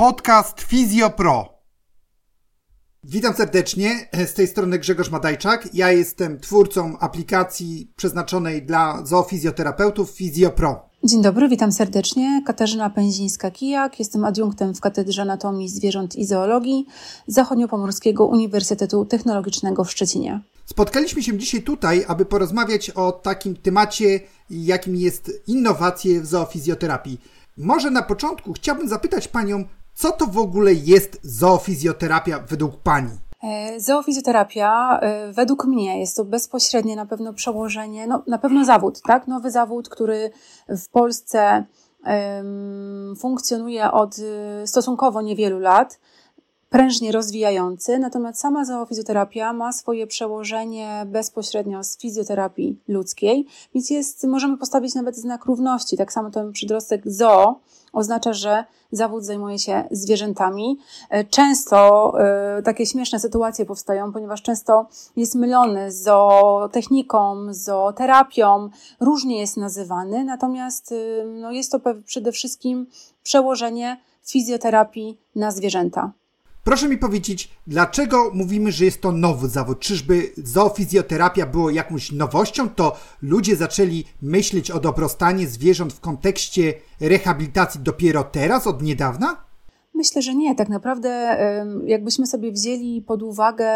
Podcast FizjoPro. Witam serdecznie, z tej strony Grzegorz Madajczak. Ja jestem twórcą aplikacji przeznaczonej dla zoofizjoterapeutów FizjoPro. Dzień dobry, witam serdecznie. Katarzyna Pęzińska-Kijak. Jestem adiunktem w Katedrze Anatomii Zwierząt i Zoologii Zachodniopomorskiego Uniwersytetu Technologicznego w Szczecinie. Spotkaliśmy się dzisiaj tutaj, aby porozmawiać o takim temacie, jakim jest innowacje w zoofizjoterapii. Może na początku chciałbym zapytać Panią, co to w ogóle jest zoofizjoterapia według Pani? Zoofizjoterapia według mnie jest to bezpośrednie na pewno przełożenie, na pewno zawód, tak? Nowy zawód, który w Polsce funkcjonuje od stosunkowo niewielu lat, prężnie rozwijający, natomiast sama zoofizjoterapia ma swoje przełożenie bezpośrednio z fizjoterapii ludzkiej, więc możemy postawić nawet znak równości. Tak samo ten przedrostek zoo oznacza, że zawód zajmuje się zwierzętami. Często takie śmieszne sytuacje powstają, ponieważ często jest mylony z zootechniką, z zooterapią, różnie jest nazywany, natomiast jest to przede wszystkim przełożenie fizjoterapii na zwierzęta. Proszę mi powiedzieć, dlaczego mówimy, że jest to nowy zawód? Czyżby zoofizjoterapia było jakąś nowością? To ludzie zaczęli myśleć o dobrostanie zwierząt w kontekście rehabilitacji dopiero teraz, od niedawna? Myślę, że nie. Tak naprawdę jakbyśmy sobie wzięli pod uwagę,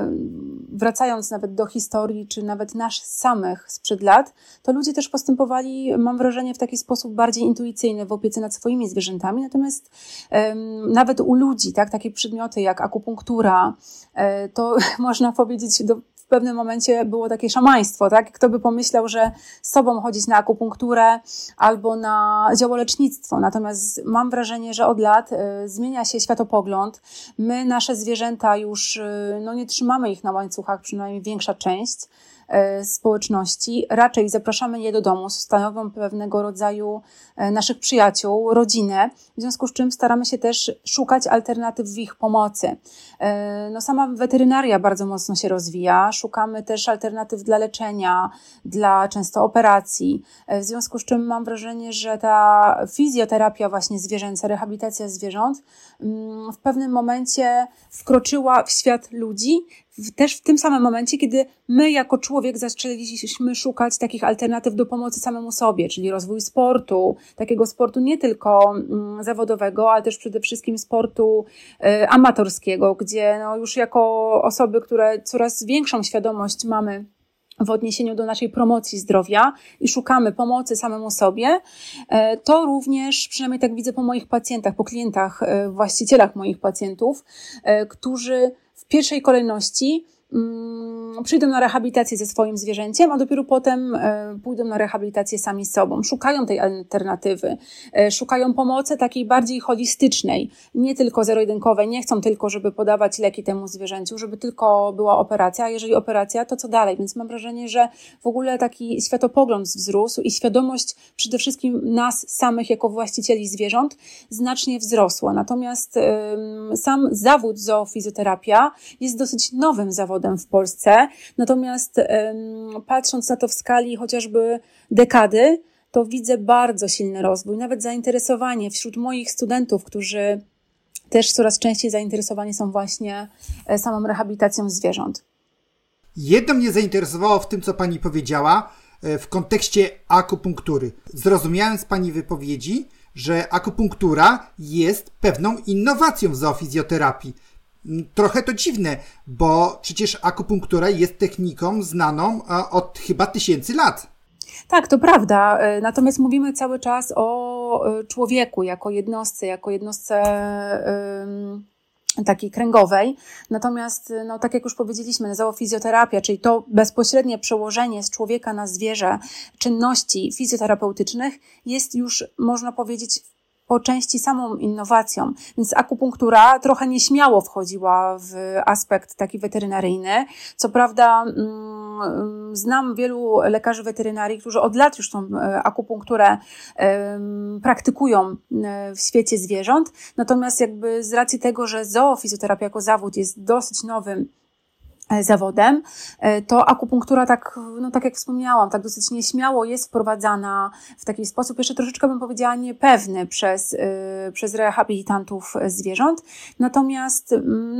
wracając nawet do historii, czy nawet nas samych sprzed lat, to ludzie też postępowali, mam wrażenie, w taki sposób bardziej intuicyjny w opiece nad swoimi zwierzętami. Natomiast nawet u ludzi, tak, takie przedmioty jak akupunktura, to można powiedzieć, w pewnym momencie było takie szamaństwo, tak? Kto by pomyślał, że z sobą chodzić na akupunkturę albo na ziołolecznictwo. Natomiast mam wrażenie, że od lat zmienia się światopogląd. My nasze zwierzęta już nie trzymamy ich na łańcuchach, przynajmniej większa część społeczności. Raczej zapraszamy je do domu, stanowią pewnego rodzaju naszych przyjaciół, rodzinę, w związku z czym staramy się też szukać alternatyw w ich pomocy. Sama weterynaria bardzo mocno się rozwija, szukamy też alternatyw dla leczenia, dla często operacji, w związku z czym mam wrażenie, że ta fizjoterapia właśnie zwierzęca, rehabilitacja zwierząt w pewnym momencie wkroczyła w świat ludzi, też w tym samym momencie, kiedy my jako człowiek zaczęliśmy szukać takich alternatyw do pomocy samemu sobie, czyli rozwój sportu, takiego sportu nie tylko zawodowego, ale też przede wszystkim sportu amatorskiego, gdzie już jako osoby, które coraz większą świadomość mamy w odniesieniu do naszej promocji zdrowia i szukamy pomocy samemu sobie, to również, przynajmniej tak widzę po moich pacjentach, po klientach, właścicielach moich pacjentów, którzy w pierwszej kolejności przyjdą na rehabilitację ze swoim zwierzęciem, a dopiero potem pójdą na rehabilitację sami z sobą. Szukają tej alternatywy, szukają pomocy takiej bardziej holistycznej, nie tylko zero-jedynkowej, nie chcą tylko, żeby podawać leki temu zwierzęciu, żeby tylko była operacja, a jeżeli operacja, to co dalej? Więc mam wrażenie, że w ogóle taki światopogląd wzrósł i świadomość przede wszystkim nas samych jako właścicieli zwierząt znacznie wzrosła. Natomiast sam zawód zoofizjoterapia jest dosyć nowym zawodem w Polsce. Natomiast patrząc na to w skali chociażby dekady, to widzę bardzo silny rozwój, nawet zainteresowanie wśród moich studentów, którzy też coraz częściej zainteresowani są właśnie samą rehabilitacją zwierząt. Jedno mnie zainteresowało w tym, co Pani powiedziała w kontekście akupunktury. Zrozumiałem z Pani wypowiedzi, że akupunktura jest pewną innowacją w zoofizjoterapii. Trochę to dziwne, bo przecież akupunktura jest techniką znaną od chyba tysięcy lat. Tak, to prawda. Natomiast mówimy cały czas o człowieku jako jednostce takiej kręgowej. Natomiast, tak jak już powiedzieliśmy, zoofizjoterapia, czyli to bezpośrednie przełożenie z człowieka na zwierzę czynności fizjoterapeutycznych jest już, można powiedzieć, po części samą innowacją, więc akupunktura trochę nieśmiało wchodziła w aspekt taki weterynaryjny. Co prawda znam wielu lekarzy weterynarii, którzy od lat już tą akupunkturę praktykują w świecie zwierząt, natomiast jakby z racji tego, że zoofizjoterapia jako zawód jest dosyć nowym zawodem, to akupunktura tak jak wspomniałam, tak dosyć nieśmiało jest wprowadzana w taki sposób, jeszcze troszeczkę bym powiedziała niepewny przez rehabilitantów zwierząt. Natomiast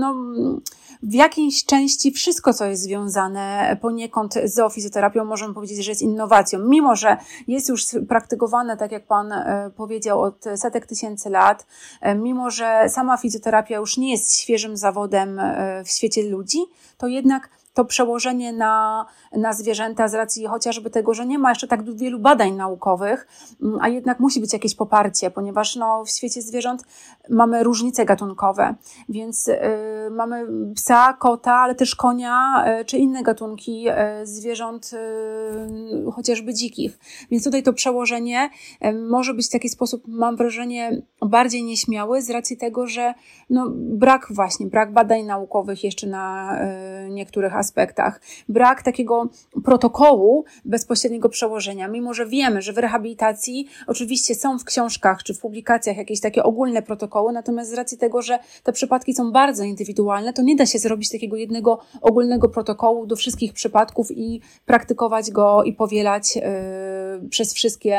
w jakiejś części wszystko, co jest związane poniekąd z zoofizjoterapią, możemy powiedzieć, że jest innowacją. Mimo że jest już praktykowane, tak jak Pan powiedział, od setek tysięcy lat, mimo że sama fizjoterapia już nie jest świeżym zawodem w świecie ludzi, to jednak to przełożenie na zwierzęta z racji chociażby tego, że nie ma jeszcze tak wielu badań naukowych, a jednak musi być jakieś poparcie, ponieważ w świecie zwierząt mamy różnice gatunkowe, więc mamy psa, kota, ale też konia, czy inne gatunki zwierząt, chociażby dzikich. Więc tutaj to przełożenie może być w taki sposób, mam wrażenie, bardziej nieśmiały z racji tego, że brak badań naukowych jeszcze na niektórych aspektach, brak takiego protokołu bezpośredniego przełożenia, mimo że wiemy, że w rehabilitacji oczywiście są w książkach czy w publikacjach jakieś takie ogólne protokoły, natomiast z racji tego, że te przypadki są bardzo indywidualne, to nie da się zrobić takiego jednego ogólnego protokołu do wszystkich przypadków i praktykować go i powielać przez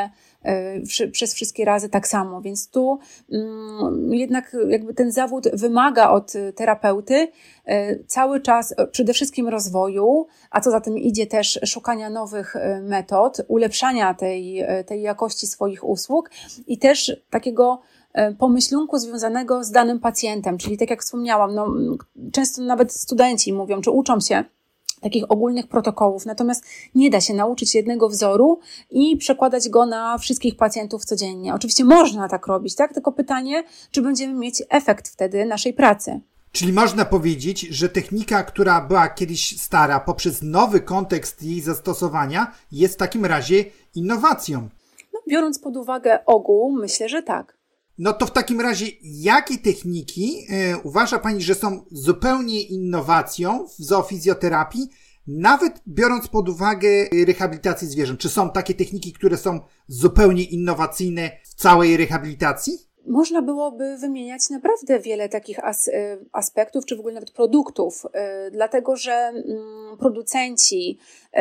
wszystkie razy tak samo. Więc tu jednak jakby ten zawód wymaga od terapeuty cały czas przede wszystkim rozwoju, a co za tym idzie też szukania nowych metod, ulepszania tej jakości swoich usług i też takiego pomyślunku związanego z danym pacjentem. Czyli tak jak wspomniałam, często nawet studenci mówią, czy uczą się takich ogólnych protokołów, natomiast nie da się nauczyć jednego wzoru i przekładać go na wszystkich pacjentów codziennie. Oczywiście można tak robić, tak? Tylko pytanie, czy będziemy mieć efekt wtedy naszej pracy. Czyli można powiedzieć, że technika, która była kiedyś stara, poprzez nowy kontekst jej zastosowania, jest w takim razie innowacją. Biorąc pod uwagę ogół, myślę, że tak. No to w takim razie, jakie techniki uważa Pani, że są zupełnie innowacją w zoofizjoterapii, nawet biorąc pod uwagę rehabilitację zwierząt? Czy są takie techniki, które są zupełnie innowacyjne w całej rehabilitacji? Można byłoby wymieniać naprawdę wiele takich aspektów, czy w ogóle nawet produktów, dlatego że producenci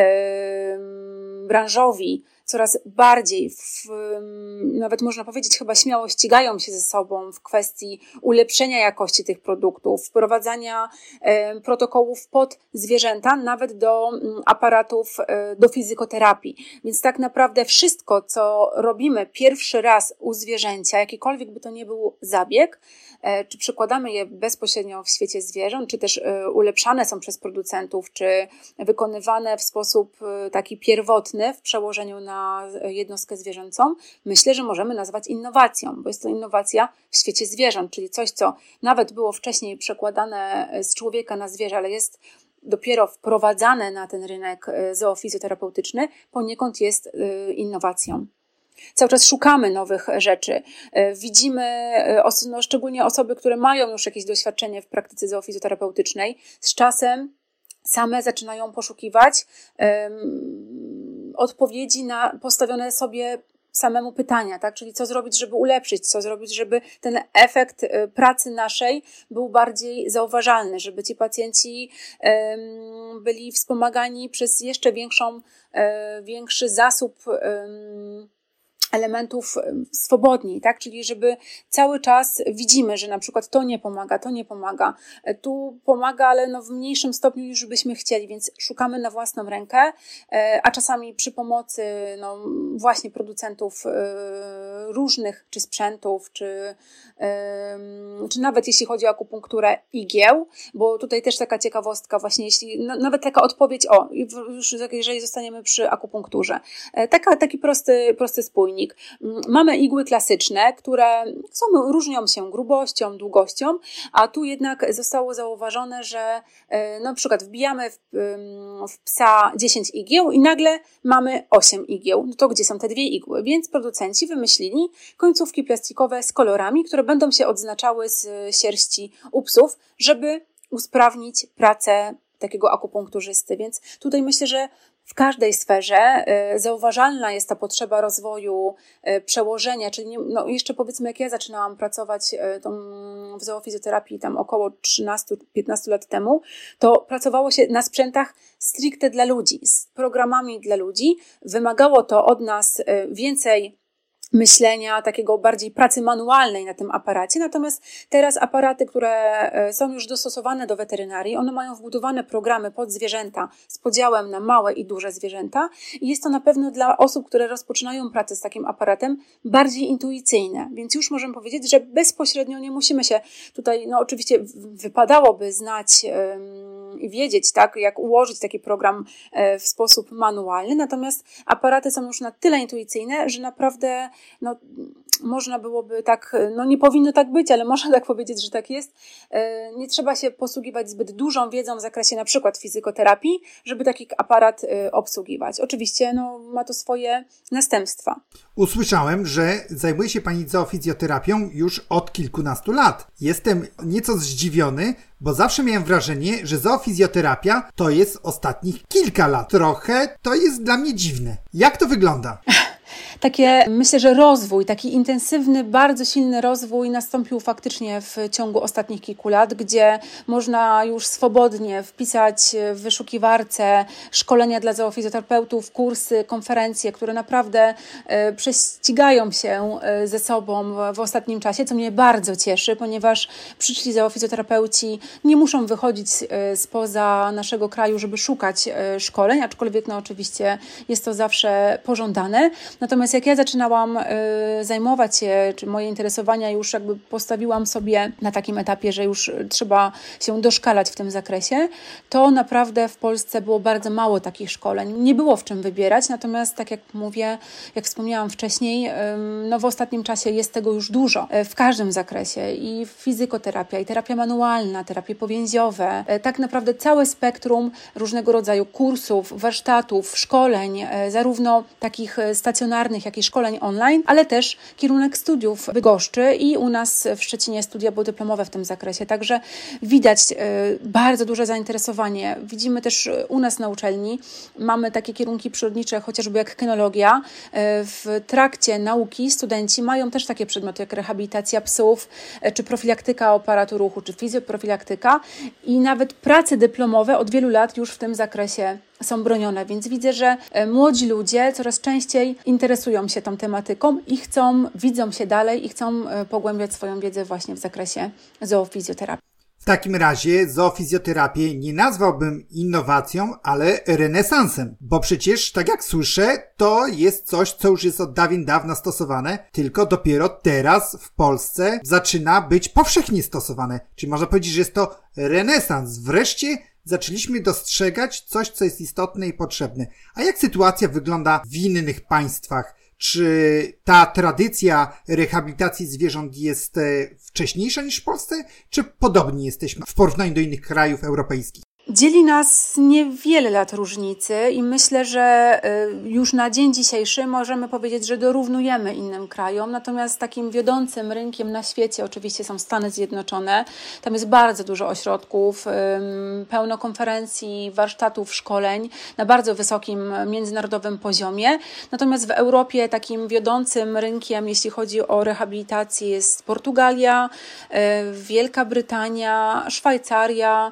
branżowi coraz bardziej, nawet można powiedzieć chyba śmiało ścigają się ze sobą w kwestii ulepszenia jakości tych produktów, wprowadzania protokołów pod zwierzęta, nawet do aparatów do fizykoterapii. Więc tak naprawdę wszystko, co robimy pierwszy raz u zwierzęcia, jakikolwiek by to nie był zabieg, czy przekładamy je bezpośrednio w świecie zwierząt, czy też ulepszane są przez producentów, czy wykonywane w sposób taki pierwotny w przełożeniu na jednostkę zwierzęcą, myślę, że możemy nazwać innowacją, bo jest to innowacja w świecie zwierząt, czyli coś, co nawet było wcześniej przekładane z człowieka na zwierzę, ale jest dopiero wprowadzane na ten rynek zoofizjoterapeutyczny, poniekąd jest innowacją. Cały czas szukamy nowych rzeczy. Widzimy, szczególnie osoby, które mają już jakieś doświadczenie w praktyce zoofizjoterapeutycznej, z czasem same zaczynają poszukiwać odpowiedzi na postawione sobie samemu pytania, tak? Czyli co zrobić, żeby ulepszyć, co zrobić, żeby ten efekt pracy naszej był bardziej zauważalny, żeby ci pacjenci byli wspomagani przez jeszcze większy zasób elementów swobodniej, tak? Czyli żeby cały czas widzimy, że na przykład to nie pomaga, tu pomaga, ale w mniejszym stopniu niż byśmy chcieli, więc szukamy na własną rękę, a czasami przy pomocy właśnie producentów różnych, czy sprzętów, czy nawet jeśli chodzi o akupunkturę igieł, bo tutaj też taka ciekawostka właśnie, jeśli nawet taka odpowiedź, już jeżeli zostaniemy przy akupunkturze, taki prosty spójnik. Mamy igły klasyczne, które różnią się grubością, długością, a tu jednak zostało zauważone, że na przykład wbijamy w psa 10 igieł i nagle mamy 8 igieł. No to gdzie są te 2 igły? Więc producenci wymyślili końcówki plastikowe z kolorami, które będą się odznaczały z sierści u psów, żeby usprawnić pracę takiego akupunkturzysty. Więc tutaj myślę, że w każdej sferze zauważalna jest ta potrzeba rozwoju, przełożenia, czyli jeszcze powiedzmy, jak ja zaczynałam pracować w zoofizjoterapii tam około 13-15 lat temu, to pracowało się na sprzętach stricte dla ludzi, z programami dla ludzi. Wymagało to od nas więcej myślenia, takiego bardziej pracy manualnej na tym aparacie. Natomiast teraz aparaty, które są już dostosowane do weterynarii, one mają wbudowane programy pod zwierzęta z podziałem na małe i duże zwierzęta i jest to na pewno dla osób, które rozpoczynają pracę z takim aparatem, bardziej intuicyjne. Więc już możemy powiedzieć, że bezpośrednio nie musimy się tutaj, oczywiście wypadałoby znać i wiedzieć, tak, jak ułożyć taki program w sposób manualny, natomiast aparaty są już na tyle intuicyjne, że naprawdę można byłoby tak, nie powinno tak być, ale można tak powiedzieć, że tak jest. Nie trzeba się posługiwać zbyt dużą wiedzą w zakresie na przykład fizykoterapii, żeby taki aparat obsługiwać. Oczywiście ma to swoje następstwa. Usłyszałem, że zajmuje się Pani zoofizjoterapią już od kilkunastu lat. Jestem nieco zdziwiony, bo zawsze miałem wrażenie, że zoofizjoterapia to jest ostatnich kilka lat. Trochę to jest dla mnie dziwne. Jak to wygląda? Myślę, że rozwój, taki intensywny, bardzo silny rozwój nastąpił faktycznie w ciągu ostatnich kilku lat, gdzie można już swobodnie wpisać w wyszukiwarce szkolenia dla zoofizjoterapeutów, kursy, konferencje, które naprawdę prześcigają się ze sobą w ostatnim czasie, co mnie bardzo cieszy, ponieważ przyszli zoofizjoterapeuci nie muszą wychodzić spoza naszego kraju, żeby szukać szkoleń, aczkolwiek oczywiście jest to zawsze pożądane. Natomiast jak ja zaczynałam zajmować się, czy moje interesowania już jakby postawiłam sobie na takim etapie, że już trzeba się doszkalać w tym zakresie, to naprawdę w Polsce było bardzo mało takich szkoleń. Nie było w czym wybierać, natomiast tak jak mówię, jak wspomniałam wcześniej, w ostatnim czasie jest tego już dużo. W każdym zakresie i fizykoterapia, i terapia manualna, terapie powięziowe, tak naprawdę całe spektrum różnego rodzaju kursów, warsztatów, szkoleń, zarówno takich stacjonarnych, jak i szkoleń online, ale też kierunek studiów w Bydgoszczy i u nas w Szczecinie studia podyplomowe w tym zakresie. Także widać bardzo duże zainteresowanie. Widzimy też u nas na uczelni, mamy takie kierunki przyrodnicze, chociażby jak kynologia. W trakcie nauki studenci mają też takie przedmioty jak rehabilitacja psów, czy profilaktyka aparatu ruchu, czy fizjoprofilaktyka i nawet prace dyplomowe od wielu lat już w tym zakresie są bronione, więc widzę, że młodzi ludzie coraz częściej interesują się tą tematyką i widzą się dalej i chcą pogłębiać swoją wiedzę właśnie w zakresie zoofizjoterapii. W takim razie zoofizjoterapię nie nazwałbym innowacją, ale renesansem, bo przecież, tak jak słyszę, to jest coś, co już jest od dawien dawna stosowane, tylko dopiero teraz w Polsce zaczyna być powszechnie stosowane. Czyli można powiedzieć, że jest to renesans. Wreszcie zaczęliśmy dostrzegać coś, co jest istotne i potrzebne. A jak sytuacja wygląda w innych państwach? Czy ta tradycja rehabilitacji zwierząt jest wcześniejsza niż w Polsce? Czy podobni jesteśmy w porównaniu do innych krajów europejskich? Dzieli nas niewiele lat różnicy i myślę, że już na dzień dzisiejszy możemy powiedzieć, że dorównujemy innym krajom, natomiast takim wiodącym rynkiem na świecie oczywiście są Stany Zjednoczone. Tam jest bardzo dużo ośrodków, pełno konferencji, warsztatów, szkoleń na bardzo wysokim międzynarodowym poziomie. Natomiast w Europie takim wiodącym rynkiem, jeśli chodzi o rehabilitację, jest Portugalia, Wielka Brytania, Szwajcaria,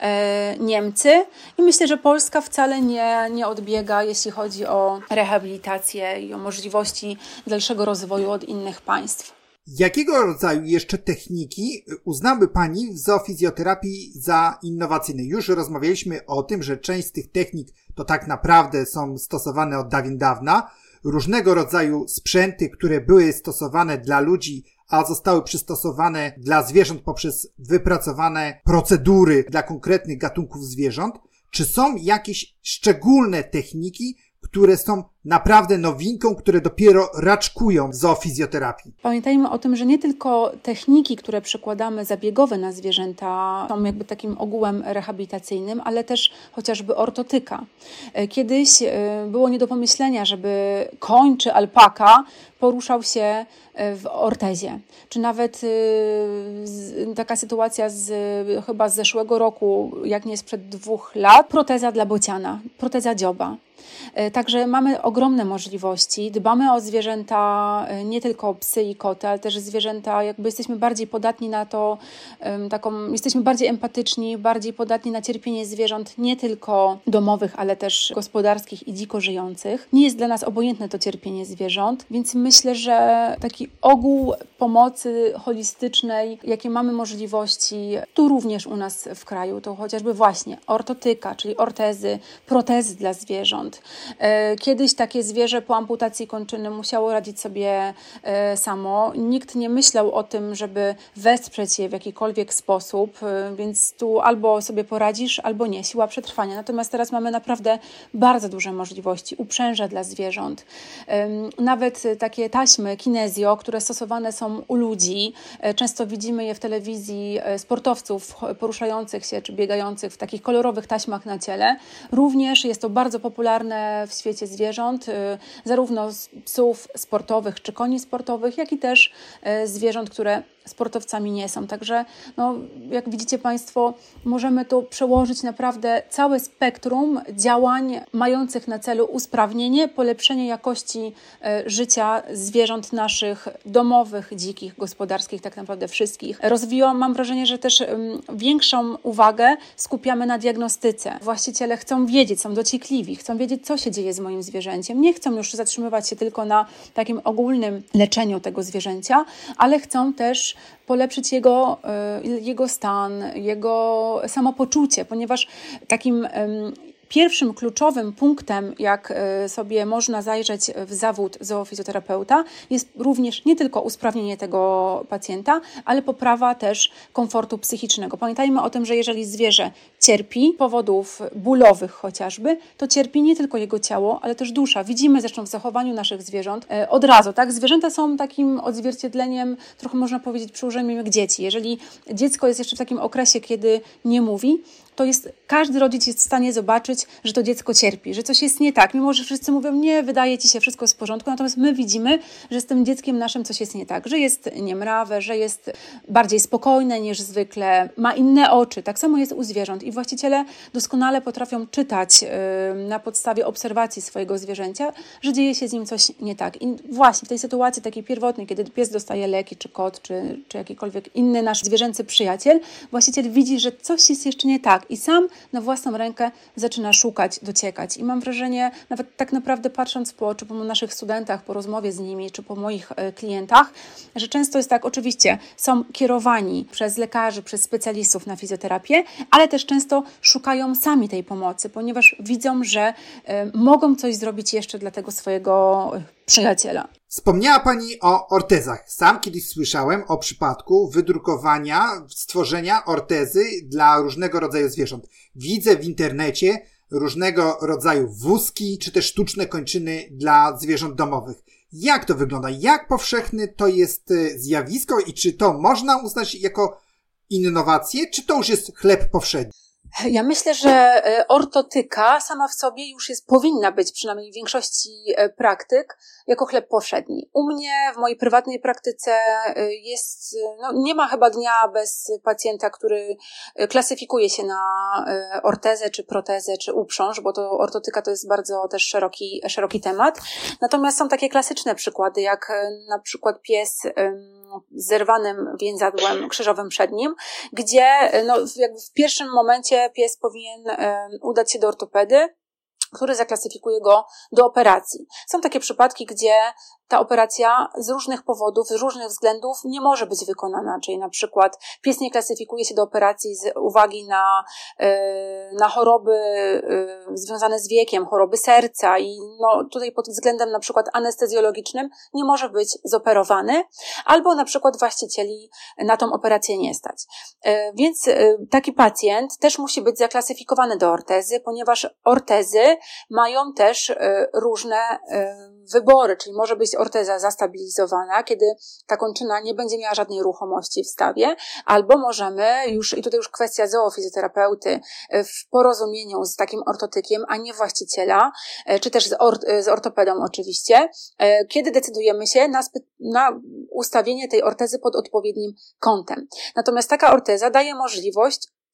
Niemcy i myślę, że Polska wcale nie odbiega, jeśli chodzi o rehabilitację i o możliwości dalszego rozwoju od innych państw. Jakiego rodzaju jeszcze techniki uznałaby Pani w zoofizjoterapii za innowacyjne? Już rozmawialiśmy o tym, że część z tych technik to tak naprawdę są stosowane od dawien dawna. Różnego rodzaju sprzęty, które były stosowane dla ludzi, a zostały przystosowane dla zwierząt poprzez wypracowane procedury dla konkretnych gatunków zwierząt. Czy są jakieś szczególne techniki, które są naprawdę nowinką, które dopiero raczkują w zoofizjoterapii? Pamiętajmy o tym, że nie tylko techniki, które przekładamy zabiegowe na zwierzęta są jakby takim ogółem rehabilitacyjnym, ale też chociażby ortotyka. Kiedyś było nie do pomyślenia, żeby koń czy alpaka poruszał się w ortezie. Czy nawet taka sytuacja chyba z zeszłego roku, jak nie sprzed 2 lat, proteza dla bociana, proteza dzioba. Także mamy ogromne możliwości, dbamy o zwierzęta, nie tylko o psy i koty, ale też zwierzęta, jakby jesteśmy bardziej podatni na to, jesteśmy bardziej empatyczni, bardziej podatni na cierpienie zwierząt, nie tylko domowych, ale też gospodarskich i dziko żyjących. Nie jest dla nas obojętne to cierpienie zwierząt, więc myślę, że taki ogół pomocy holistycznej, jakie mamy możliwości, tu również u nas w kraju, to chociażby właśnie ortotyka, czyli ortezy, protezy dla zwierząt. Kiedyś takie zwierzę po amputacji kończyny musiało radzić sobie samo. Nikt nie myślał o tym, żeby wesprzeć je w jakikolwiek sposób, więc tu albo sobie poradzisz, albo nie. Siła przetrwania. Natomiast teraz mamy naprawdę bardzo duże możliwości. Uprzęże dla zwierząt. Nawet takie taśmy kinezjo, które stosowane są u ludzi. Często widzimy je w telewizji sportowców poruszających się czy biegających w takich kolorowych taśmach na ciele. Również jest to bardzo popularne w świecie zwierząt, zarówno psów sportowych czy koni sportowych, jak i też zwierząt, które sportowcami nie są. Także jak widzicie Państwo, możemy tu przełożyć naprawdę całe spektrum działań mających na celu usprawnienie, polepszenie jakości życia zwierząt naszych domowych, dzikich, gospodarskich, tak naprawdę wszystkich. Mam wrażenie, że też większą uwagę skupiamy na diagnostyce. Właściciele chcą wiedzieć, są dociekliwi, chcą wiedzieć, co się dzieje z moim zwierzęciem. Nie chcą już zatrzymywać się tylko na takim ogólnym leczeniu tego zwierzęcia, ale chcą też polepszyć jego stan, jego samopoczucie, ponieważ takim pierwszym kluczowym punktem, jak sobie można zajrzeć w zawód zoofizjoterapeuta, jest również nie tylko usprawnienie tego pacjenta, ale poprawa też komfortu psychicznego. Pamiętajmy o tym, że jeżeli zwierzę cierpi, powodów bólowych chociażby, to cierpi nie tylko jego ciało, ale też dusza. Widzimy zresztą w zachowaniu naszych zwierząt od razu, tak? Zwierzęta są takim odzwierciedleniem, trochę można powiedzieć przy użyciu jak dzieci. Jeżeli dziecko jest jeszcze w takim okresie, kiedy nie mówi, to każdy rodzic jest w stanie zobaczyć, że to dziecko cierpi, że coś jest nie tak, mimo że wszyscy mówią, nie, wydaje ci się wszystko w porządku, natomiast my widzimy, że z tym dzieckiem naszym coś jest nie tak, że jest niemrawe, że jest bardziej spokojne niż zwykle, ma inne oczy, tak samo jest u zwierząt i właściciele doskonale potrafią czytać na podstawie obserwacji swojego zwierzęcia, że dzieje się z nim coś nie tak. I właśnie w tej sytuacji takiej pierwotnej, kiedy pies dostaje leki, czy kot, czy jakikolwiek inny nasz zwierzęcy przyjaciel, właściciel widzi, że coś jest jeszcze nie tak i sam na własną rękę zaczyna szukać, dociekać. I mam wrażenie, nawet tak naprawdę patrząc czy po naszych studentach, po rozmowie z nimi, czy po moich klientach, że często jest tak, oczywiście są kierowani przez lekarzy, przez specjalistów na fizjoterapię, ale też często szukają sami tej pomocy, ponieważ widzą, że mogą coś zrobić jeszcze dla tego swojego przyjaciela. Wspomniała Pani o ortezach. Sam kiedyś słyszałem o przypadku stworzenia ortezy dla różnego rodzaju zwierząt. Widzę w internecie różnego rodzaju wózki, czy też sztuczne kończyny dla zwierząt domowych. Jak to wygląda? Jak powszechne to jest zjawisko i czy to można uznać jako innowację, czy to już jest chleb powszedni? Ja myślę, że ortotyka sama w sobie już powinna być, przynajmniej w większości praktyk, jako chleb powszedni. U mnie w mojej prywatnej praktyce nie ma chyba dnia bez pacjenta, który klasyfikuje się na ortezę, czy protezę, czy uprząż, bo to ortotyka to jest bardzo też szeroki temat. Natomiast są takie klasyczne przykłady, jak na przykład pies z zerwanym więzadłem krzyżowym przednim, gdzie jakby w pierwszym momencie pies powinien udać się do ortopedy, który zaklasyfikuje go do operacji. Są takie przypadki, gdzie ta operacja z różnych powodów, z różnych względów nie może być wykonana, czyli na przykład pies nie klasyfikuje się do operacji z uwagi na choroby związane z wiekiem, choroby serca i tutaj pod względem na przykład anestezjologicznym nie może być zoperowany, albo na przykład właścicieli na tą operację nie stać. Więc taki pacjent też musi być zaklasyfikowany do ortezy, ponieważ ortezy mają też różne wybory, czyli może być orteza zastabilizowana, kiedy ta kończyna nie będzie miała żadnej ruchomości w stawie, albo możemy i tutaj już kwestia zoofizjoterapeuty w porozumieniu z takim ortotykiem, a nie właściciela, czy też z ortopedą oczywiście, kiedy decydujemy się na ustawienie tej ortezy pod odpowiednim kątem. Natomiast taka orteza daje możliwość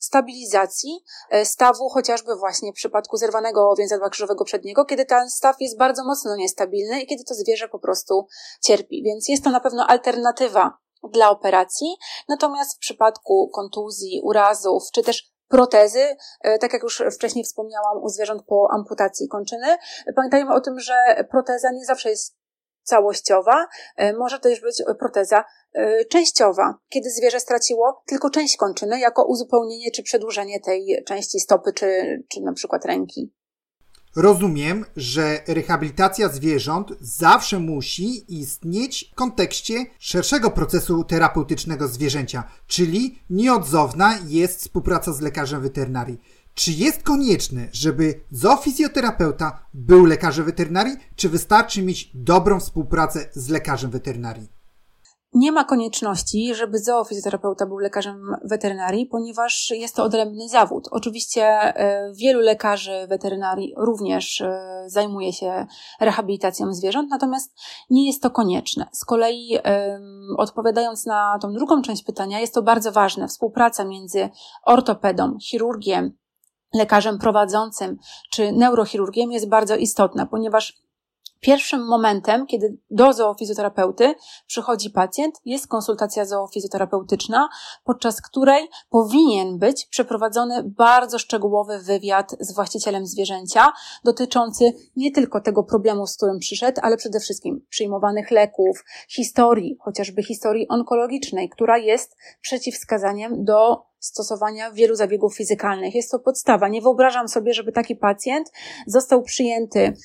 stabilizacji stawu, chociażby właśnie w przypadku zerwanego więzadła krzyżowego przedniego, kiedy ten staw jest bardzo mocno niestabilny i kiedy to zwierzę po prostu cierpi. Więc jest to na pewno alternatywa dla operacji. Natomiast w przypadku kontuzji, urazów, czy też protezy, tak jak już wcześniej wspomniałam, u zwierząt po amputacji kończyny, pamiętajmy o tym, że proteza nie zawsze jest całościowa, może też być proteza częściowa, kiedy zwierzę straciło tylko część kończyny jako uzupełnienie czy przedłużenie tej części stopy czy na przykład ręki. Rozumiem, że rehabilitacja zwierząt zawsze musi istnieć w kontekście szerszego procesu terapeutycznego zwierzęcia, czyli nieodzowna jest współpraca z lekarzem weterynarii. Czy jest konieczne, żeby zoofizjoterapeuta był lekarzem weterynarii, czy wystarczy mieć dobrą współpracę z lekarzem weterynarii? Nie ma konieczności, żeby zoofizjoterapeuta był lekarzem weterynarii, ponieważ jest to odrębny zawód. Oczywiście wielu lekarzy weterynarii również zajmuje się rehabilitacją zwierząt, natomiast nie jest to konieczne. Z kolei odpowiadając na tą drugą część pytania, jest to bardzo ważne. Współpraca między ortopedą, chirurgiem, lekarzem prowadzącym czy neurochirurgiem jest bardzo istotna, ponieważ pierwszym momentem, kiedy do zoofizjoterapeuty przychodzi pacjent, jest konsultacja zoofizjoterapeutyczna, podczas której powinien być przeprowadzony bardzo szczegółowy wywiad z właścicielem zwierzęcia, dotyczący nie tylko tego problemu, z którym przyszedł, ale przede wszystkim przyjmowanych leków, historii, chociażby historii onkologicznej, która jest przeciwwskazaniem do stosowania wielu zabiegów fizykalnych. Jest to podstawa. Nie wyobrażam sobie, żeby taki pacjent został przyjęty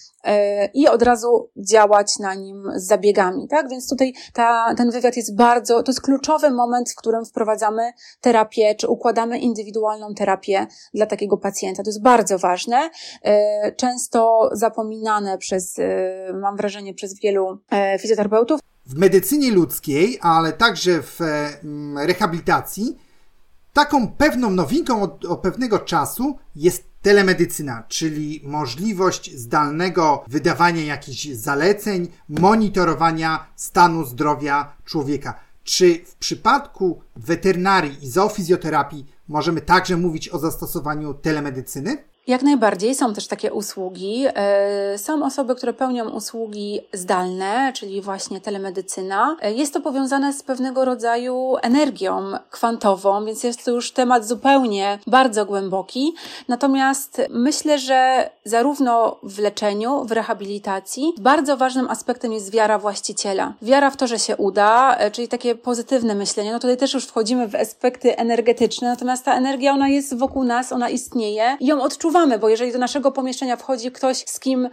i od razu działać na nim z zabiegami, tak? Więc tutaj ten wywiad jest to jest kluczowy moment, w którym wprowadzamy terapię, czy układamy indywidualną terapię dla takiego pacjenta. To jest bardzo ważne. Często zapominane mam wrażenie, przez wielu fizjoterapeutów. W medycynie ludzkiej, ale także w rehabilitacji taką pewną nowinką od pewnego czasu jest telemedycyna, czyli możliwość zdalnego wydawania jakichś zaleceń, monitorowania stanu zdrowia człowieka. Czy w przypadku weterynarii i zoofizjoterapii możemy także mówić o zastosowaniu telemedycyny? Jak najbardziej. Są też takie usługi. Są osoby, które pełnią usługi zdalne, czyli właśnie telemedycyna. Jest to powiązane z pewnego rodzaju energią kwantową, więc jest to już temat zupełnie bardzo głęboki. Natomiast myślę, że zarówno w leczeniu, w rehabilitacji bardzo ważnym aspektem jest wiara właściciela. Wiara w to, że się uda, czyli takie pozytywne myślenie. No tutaj też już wchodzimy w aspekty energetyczne, natomiast ta energia, ona jest wokół nas, ona istnieje i ją odczuwamy, bo jeżeli do naszego pomieszczenia wchodzi ktoś, z kim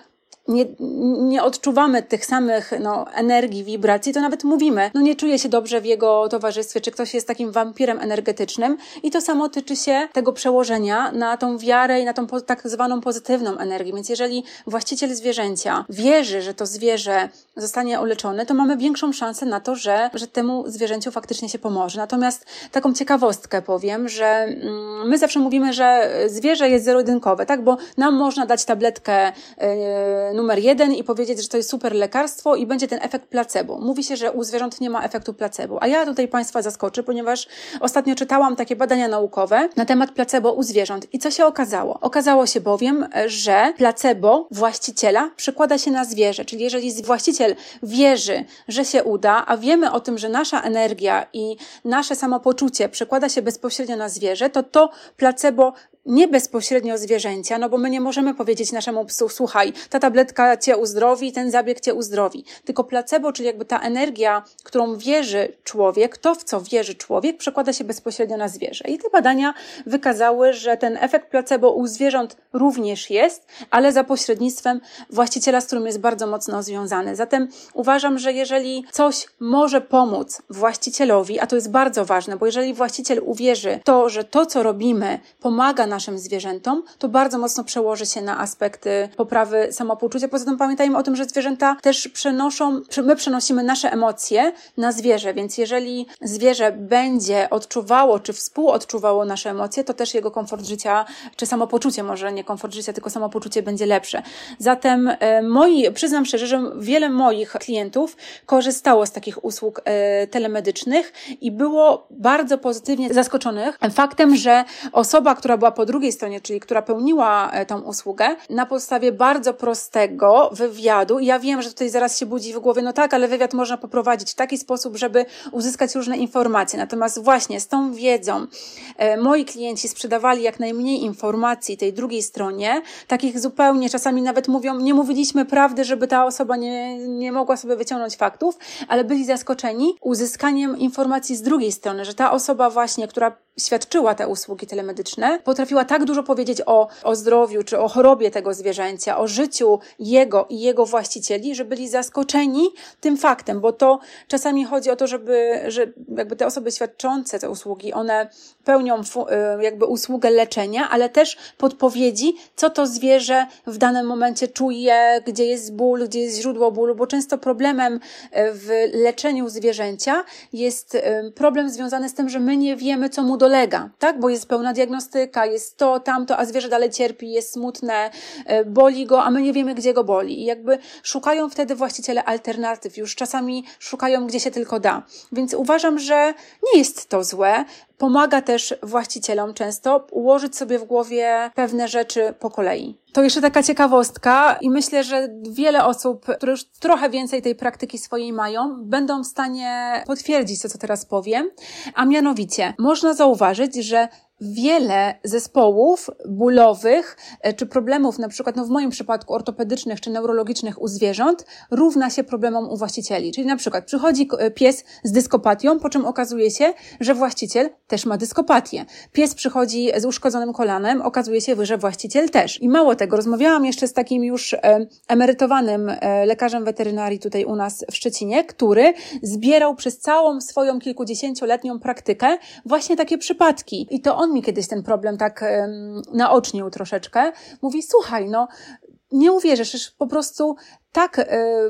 nie odczuwamy tych samych energii, wibracji, to nawet mówimy, nie czuję się dobrze w jego towarzystwie, czy ktoś jest takim wampirem energetycznym i to samo tyczy się tego przełożenia na tą wiarę i na tą tak zwaną pozytywną energię. Więc jeżeli właściciel zwierzęcia wierzy, że to zwierzę zostanie uleczone, to mamy większą szansę na to, że temu zwierzęciu faktycznie się pomoże. Natomiast taką ciekawostkę powiem, że my zawsze mówimy, że zwierzę jest zero-jedynkowe, tak? Bo nam można dać tabletkę numer 1 i powiedzieć, że to jest super lekarstwo i będzie ten efekt placebo. Mówi się, że u zwierząt nie ma efektu placebo. A ja tutaj Państwa zaskoczę, ponieważ ostatnio czytałam takie badania naukowe na temat placebo u zwierząt. I co się okazało? Okazało się bowiem, że placebo właściciela przekłada się na zwierzę. Czyli jeżeli właściciel wierzy, że się uda, a wiemy o tym, że nasza energia i nasze samopoczucie przekłada się bezpośrednio na zwierzę, to placebo nie bezpośrednio zwierzęcia, bo my nie możemy powiedzieć naszemu psu, słuchaj, ta tabletka cię uzdrowi, ten zabieg cię uzdrowi. Tylko placebo, czyli jakby ta energia, którą wierzy człowiek, to w co wierzy człowiek, przekłada się bezpośrednio na zwierzę. I te badania wykazały, że ten efekt placebo u zwierząt również jest, ale za pośrednictwem właściciela, z którym jest bardzo mocno związany. Zatem uważam, że jeżeli coś może pomóc właścicielowi, a to jest bardzo ważne, bo jeżeli właściciel uwierzy to, że to, co robimy, pomaga naszym zwierzętom, to bardzo mocno przełoży się na aspekty poprawy samopoczucia. Poza tym pamiętajmy o tym, że zwierzęta też my przenosimy nasze emocje na zwierzę, więc jeżeli zwierzę będzie odczuwało, czy współodczuwało nasze emocje, to też jego komfort życia, czy samopoczucie może komfort życia, tylko samopoczucie będzie lepsze. Zatem przyznam szczerze, że wiele moich klientów korzystało z takich usług telemedycznych i było bardzo pozytywnie zaskoczonych faktem, że osoba, która była po drugiej stronie, czyli która pełniła tą usługę, na podstawie bardzo prostego wywiadu, ja wiem, że tutaj zaraz się budzi w głowie, no tak, ale wywiad można poprowadzić w taki sposób, żeby uzyskać różne informacje. Natomiast właśnie z tą wiedzą moi klienci sprzedawali jak najmniej informacji tej drugiej stronie, takich zupełnie, czasami nawet mówią, nie mówiliśmy prawdy, żeby ta osoba nie mogła sobie wyciągnąć faktów, ale byli zaskoczeni uzyskaniem informacji z drugiej strony, że ta osoba właśnie, która świadczyła te usługi telemedyczne, potrafiła tak dużo powiedzieć o zdrowiu, czy o chorobie tego zwierzęcia, o życiu jego i jego właścicieli, że byli zaskoczeni tym faktem, bo to czasami chodzi o to, że jakby te osoby świadczące te usługi, one pełnią jakby usługę leczenia, ale też podpowiedzi, co to zwierzę w danym momencie czuje, gdzie jest ból, gdzie jest źródło bólu, bo często problemem w leczeniu zwierzęcia jest problem związany z tym, że my nie wiemy, co mu dolega, tak? Bo jest pełna diagnostyka, jest to, tamto, a zwierzę dalej cierpi, jest smutne, boli go, a my nie wiemy, gdzie go boli. I jakby szukają wtedy właściciele alternatyw, już czasami szukają, gdzie się tylko da. Więc uważam, że nie jest to złe. Pomaga też właścicielom często ułożyć sobie w głowie pewne rzeczy po kolei. To jeszcze taka ciekawostka i myślę, że wiele osób, które już trochę więcej tej praktyki swojej mają, będą w stanie potwierdzić to, co teraz powiem. A mianowicie, można zauważyć, że wiele zespołów bólowych czy problemów, na przykład w moim przypadku ortopedycznych czy neurologicznych u zwierząt, równa się problemom u właścicieli. Czyli na przykład przychodzi pies z dyskopatią, po czym okazuje się, że właściciel też ma dyskopatię. Pies przychodzi z uszkodzonym kolanem, okazuje się, że właściciel też. I mało tego, rozmawiałam jeszcze z takim już emerytowanym lekarzem weterynarii tutaj u nas w Szczecinie, który zbierał przez całą swoją kilkudziesięcioletnią praktykę właśnie takie przypadki. I to on mi kiedyś ten problem tak naocznił troszeczkę. Mówi, słuchaj, nie uwierzysz, po prostu tak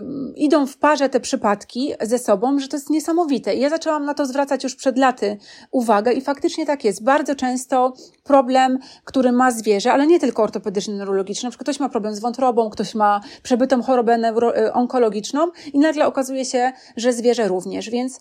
idą w parze te przypadki ze sobą, że to jest niesamowite. I ja zaczęłam na to zwracać już przed laty uwagę i faktycznie tak jest. Bardzo często problem, który ma zwierzę, ale nie tylko ortopedyczny, neurologiczny. Na przykład ktoś ma problem z wątrobą, ktoś ma przebytą chorobę onkologiczną i nagle okazuje się, że zwierzę również. Więc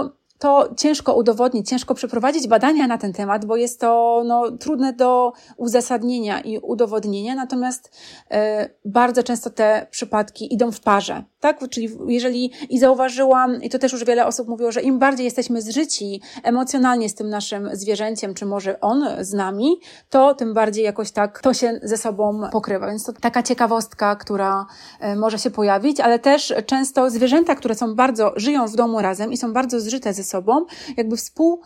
to ciężko udowodnić, ciężko przeprowadzić badania na ten temat, bo jest to trudne do uzasadnienia i udowodnienia, natomiast bardzo często te przypadki idą w parze, tak? Czyli i zauważyłam, i to też już wiele osób mówiło, że im bardziej jesteśmy zżyci emocjonalnie z tym naszym zwierzęciem, czy może on z nami, to tym bardziej jakoś tak to się ze sobą pokrywa. Więc to taka ciekawostka, która może się pojawić, ale też często zwierzęta, które żyją w domu razem i są bardzo zżyte ze sobą, jakby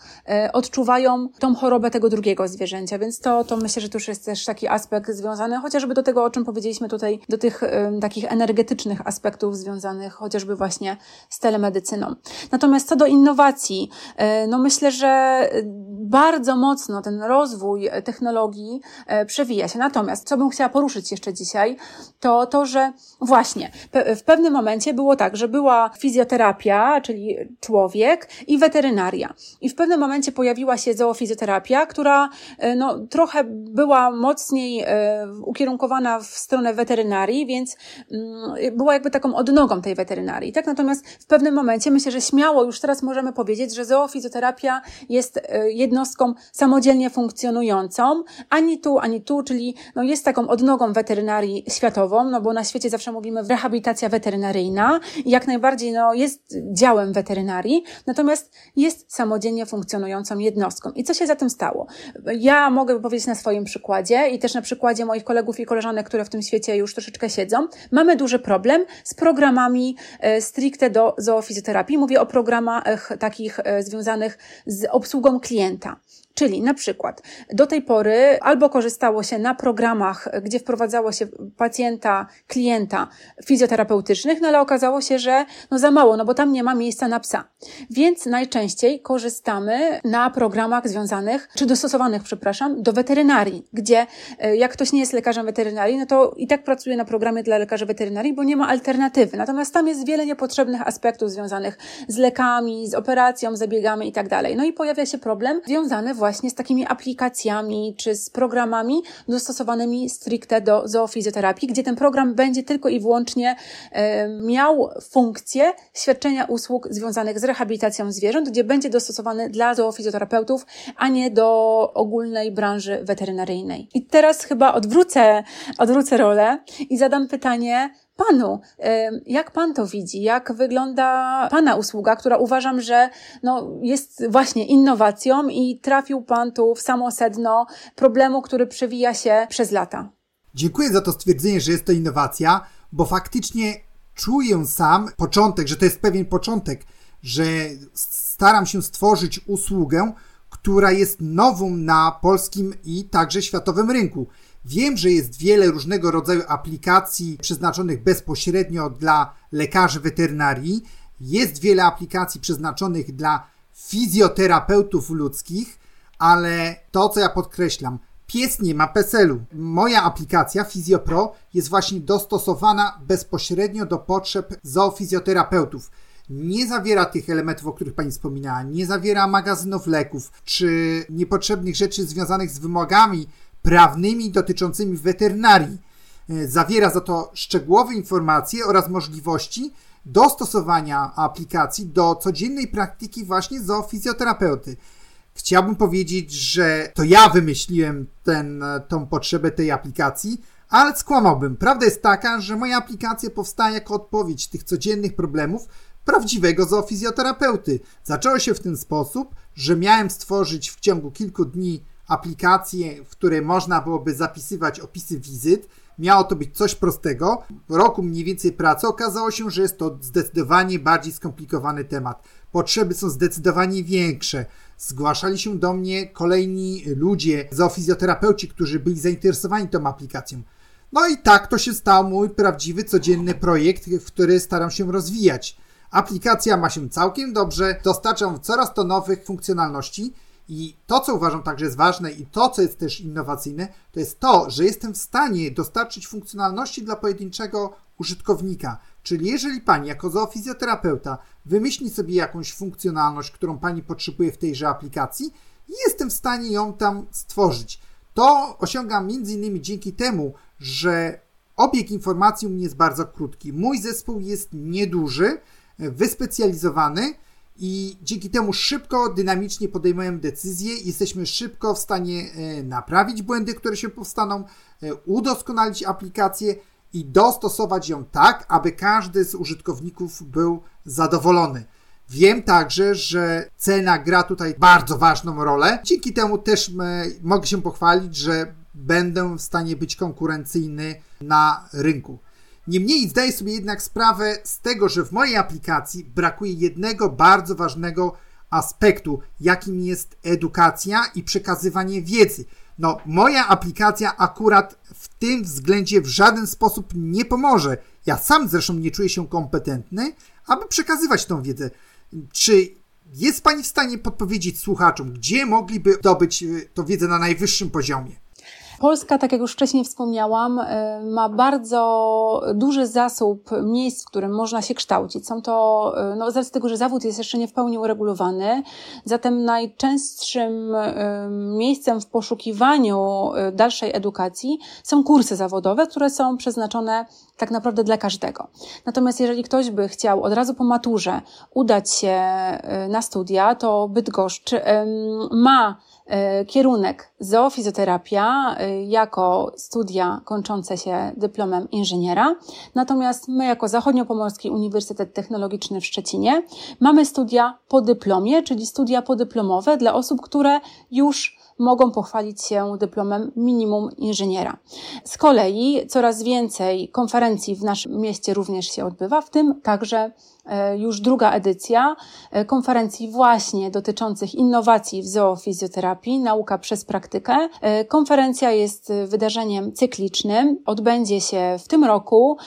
odczuwają tą chorobę tego drugiego zwierzęcia, więc to myślę, że to już jest też taki aspekt związany chociażby do tego, o czym powiedzieliśmy tutaj, do tych takich energetycznych aspektów związanych chociażby właśnie z telemedycyną. Natomiast co do innowacji, myślę, że bardzo mocno ten rozwój technologii przewija się. Natomiast co bym chciała poruszyć jeszcze dzisiaj, to że właśnie w pewnym momencie było tak, że była fizjoterapia, czyli człowiek i weterynaria. I w pewnym momencie pojawiła się zoofizjoterapia, która trochę była mocniej ukierunkowana w stronę weterynarii, więc była jakby taką odnogą tej weterynarii. Tak? Natomiast w pewnym momencie myślę, że śmiało już teraz możemy powiedzieć, że zoofizjoterapia jest jednostką samodzielnie funkcjonującą, ani tu, czyli jest taką odnogą weterynarii światową, bo na świecie zawsze mówimy rehabilitacja weterynaryjna i jak najbardziej jest działem weterynarii, natomiast jest samodzielnie funkcjonującą jednostką. I co się za tym stało? Ja mogę powiedzieć na swoim przykładzie i też na przykładzie moich kolegów i koleżanek, które w tym świecie już troszeczkę siedzą. Mamy duży problem z programami stricte do zoofizjoterapii. Mówię o programach takich związanych z obsługą klienta. Czyli na przykład do tej pory albo korzystało się na programach, gdzie wprowadzało się pacjenta, klienta fizjoterapeutycznych, ale okazało się, że za mało, bo tam nie ma miejsca na psa. Więc najczęściej korzystamy na programach związanych, czy dostosowanych, do weterynarii, gdzie jak ktoś nie jest lekarzem weterynarii, to i tak pracuje na programie dla lekarzy weterynarii, bo nie ma alternatywy. Natomiast tam jest wiele niepotrzebnych aspektów związanych z lekami, z operacją, zabiegami i tak dalej. I pojawia się problem związany właśnie właśnie z takimi aplikacjami czy z programami dostosowanymi stricte do zoofizjoterapii, gdzie ten program będzie tylko i wyłącznie miał funkcję świadczenia usług związanych z rehabilitacją zwierząt, gdzie będzie dostosowany dla zoofizjoterapeutów, a nie do ogólnej branży weterynaryjnej. I teraz chyba odwrócę rolę i zadam pytanie Panu. Jak Pan to widzi? Jak wygląda Pana usługa, która uważam, że jest właśnie innowacją i trafił Pan tu w samo sedno problemu, który przewija się przez lata? Dziękuję za to stwierdzenie, że jest to innowacja, bo faktycznie czuję sam początek, że to jest pewien początek, że staram się stworzyć usługę, która jest nową na polskim i także światowym rynku. Wiem, że jest wiele różnego rodzaju aplikacji przeznaczonych bezpośrednio dla lekarzy weterynarii. Jest wiele aplikacji przeznaczonych dla fizjoterapeutów ludzkich, ale to, co ja podkreślam, pies nie ma PESEL-u. Moja aplikacja FizjoPro jest właśnie dostosowana bezpośrednio do potrzeb zoofizjoterapeutów. Nie zawiera tych elementów, o których Pani wspominała, nie zawiera magazynów leków czy niepotrzebnych rzeczy związanych z wymogami prawnymi dotyczącymi weterynarii. Zawiera za to szczegółowe informacje oraz możliwości dostosowania aplikacji do codziennej praktyki właśnie zoofizjoterapeuty. Chciałbym powiedzieć, że to ja wymyśliłem tą potrzebę tej aplikacji, ale skłamałbym. Prawda jest taka, że moja aplikacja powstała jako odpowiedź tych codziennych problemów prawdziwego zoofizjoterapeuty. Zaczęło się w ten sposób, że miałem stworzyć w ciągu kilku dni aplikację, w której można byłoby zapisywać opisy wizyt. Miało to być coś prostego. W roku mniej więcej pracy okazało się, że jest to zdecydowanie bardziej skomplikowany temat. Potrzeby są zdecydowanie większe. Zgłaszali się do mnie kolejni ludzie, zoofizjoterapeuci, którzy byli zainteresowani tą aplikacją. No i tak to się stał mój prawdziwy, codzienny projekt, w który staram się rozwijać. Aplikacja ma się całkiem dobrze, dostarczam coraz to nowych funkcjonalności i to, co uważam także jest ważne i to, co jest też innowacyjne, to jest to, że jestem w stanie dostarczyć funkcjonalności dla pojedynczego użytkownika. Czyli jeżeli Pani jako zoofizjoterapeuta wymyśli sobie jakąś funkcjonalność, którą Pani potrzebuje w tejże aplikacji, jestem w stanie ją tam stworzyć. To osiągam m.in. dzięki temu, że obieg informacji u mnie jest bardzo krótki. Mój zespół jest nieduży, wyspecjalizowany i dzięki temu szybko, dynamicznie podejmujemy decyzje. Jesteśmy szybko w stanie naprawić błędy, które się powstaną, udoskonalić aplikację i dostosować ją tak, aby każdy z użytkowników był zadowolony. Wiem także, że cena gra tutaj bardzo ważną rolę. Dzięki temu też mogę się pochwalić, że będę w stanie być konkurencyjny na rynku. Niemniej zdaję sobie jednak sprawę z tego, że w mojej aplikacji brakuje jednego bardzo ważnego aspektu, jakim jest edukacja i przekazywanie wiedzy. Moja aplikacja akurat w tym względzie w żaden sposób nie pomoże. Ja sam zresztą nie czuję się kompetentny, aby przekazywać tą wiedzę. Czy jest Pani w stanie podpowiedzieć słuchaczom, gdzie mogliby zdobyć tę wiedzę na najwyższym poziomie? Polska, tak jak już wcześniej wspomniałam, ma bardzo duży zasób miejsc, w którym można się kształcić. Są to, z racji tego, że zawód jest jeszcze nie w pełni uregulowany, zatem najczęstszym miejscem w poszukiwaniu dalszej edukacji są kursy zawodowe, które są przeznaczone tak naprawdę dla każdego. Natomiast jeżeli ktoś by chciał od razu po maturze udać się na studia, to Bydgoszcz ma kierunek zoofizjoterapia jako studia kończące się dyplomem inżyniera. Natomiast my jako Zachodniopomorski Uniwersytet Technologiczny w Szczecinie mamy studia po dyplomie, czyli studia podyplomowe dla osób, które już mogą pochwalić się dyplomem minimum inżyniera. Z kolei coraz więcej konferencji w naszym mieście również się odbywa, w tym także już druga edycja konferencji właśnie dotyczących innowacji w zoofizjoterapii, nauka przez praktykę. Konferencja jest wydarzeniem cyklicznym. Odbędzie się w tym roku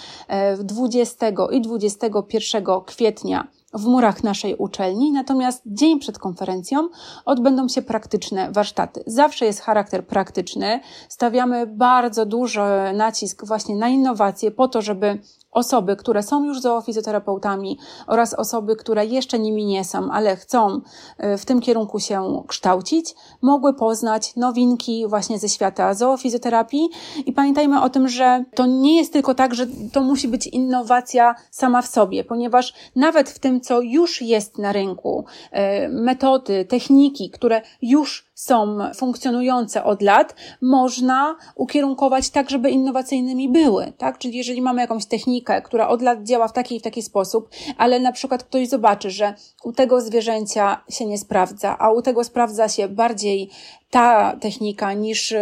20 i 21 kwietnia w murach naszej uczelni, natomiast dzień przed konferencją odbędą się praktyczne warsztaty. Zawsze jest charakter praktyczny. Stawiamy bardzo duży nacisk właśnie na innowacje po to, żeby osoby, które są już zoofizjoterapeutami oraz osoby, które jeszcze nimi nie są, ale chcą w tym kierunku się kształcić, mogły poznać nowinki właśnie ze świata zoofizjoterapii. I pamiętajmy o tym, że to nie jest tylko tak, że to musi być innowacja sama w sobie, ponieważ nawet w tym, co już jest na rynku, metody, techniki, które już są funkcjonujące od lat, można ukierunkować tak, żeby innowacyjnymi były, tak? Czyli jeżeli mamy jakąś technikę, która od lat działa w taki i w taki sposób, ale na przykład ktoś zobaczy, że u tego zwierzęcia się nie sprawdza, a u tego sprawdza się bardziej ta technika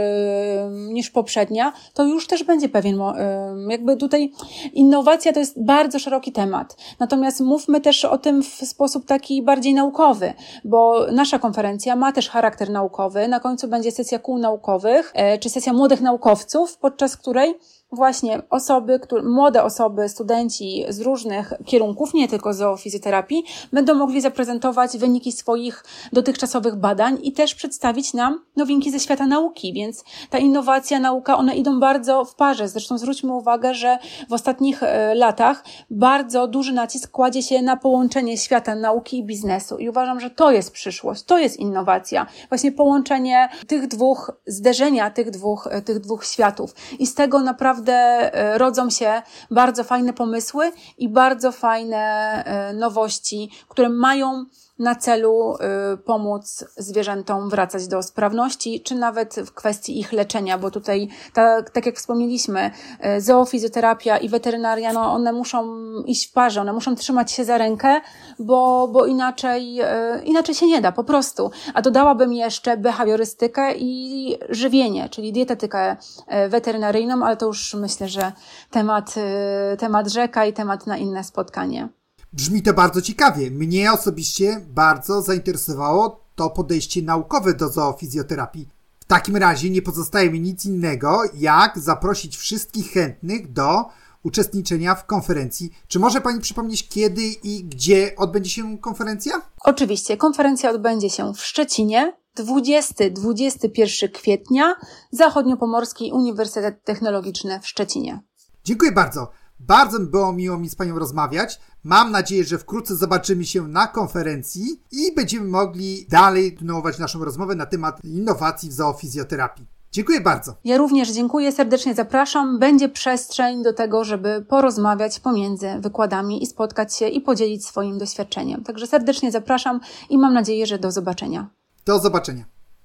niż poprzednia, to już też będzie pewien, jakby tutaj innowacja to jest bardzo szeroki temat. Natomiast mówmy też o tym w sposób taki bardziej naukowy, bo nasza konferencja ma też charakter naukowy. Na końcu będzie sesja kół naukowych, czy sesja młodych naukowców, podczas której właśnie młode osoby, studenci z różnych kierunków, nie tylko zoofizjoterapii, będą mogli zaprezentować wyniki swoich dotychczasowych badań i też przedstawić nam nowinki ze świata nauki, więc ta innowacja, nauka, one idą bardzo w parze. Zresztą zwróćmy uwagę, że w ostatnich latach bardzo duży nacisk kładzie się na połączenie świata nauki i biznesu i uważam, że to jest przyszłość, to jest innowacja. Właśnie połączenie zderzenia tych dwóch światów i z tego naprawdę rodzą się bardzo fajne pomysły i bardzo fajne nowości, które mają na celu pomóc zwierzętom wracać do sprawności, czy nawet w kwestii ich leczenia, bo tutaj, tak jak wspomnieliśmy, zoofizjoterapia i weterynaria, no one muszą iść w parze, one muszą trzymać się za rękę, bo inaczej się nie da, po prostu. A dodałabym jeszcze behawiorystykę i żywienie, czyli dietetykę weterynaryjną, ale to już myślę, że temat rzeka i temat na inne spotkanie. Brzmi to bardzo ciekawie. Mnie osobiście bardzo zainteresowało to podejście naukowe do zoofizjoterapii. W takim razie nie pozostaje mi nic innego, jak zaprosić wszystkich chętnych do uczestniczenia w konferencji. Czy może Pani przypomnieć, kiedy i gdzie odbędzie się konferencja? Oczywiście. Konferencja odbędzie się w Szczecinie 20-21 kwietnia, Zachodniopomorski Uniwersytet Technologiczny w Szczecinie. Dziękuję bardzo. Bardzo było miło mi z Panią rozmawiać. Mam nadzieję, że wkrótce zobaczymy się na konferencji i będziemy mogli dalej kontynuować naszą rozmowę na temat innowacji w zoofizjoterapii. Dziękuję bardzo. Ja również dziękuję, serdecznie zapraszam. Będzie przestrzeń do tego, żeby porozmawiać pomiędzy wykładami i spotkać się i podzielić swoim doświadczeniem. Także serdecznie zapraszam i mam nadzieję, że do zobaczenia. Do zobaczenia.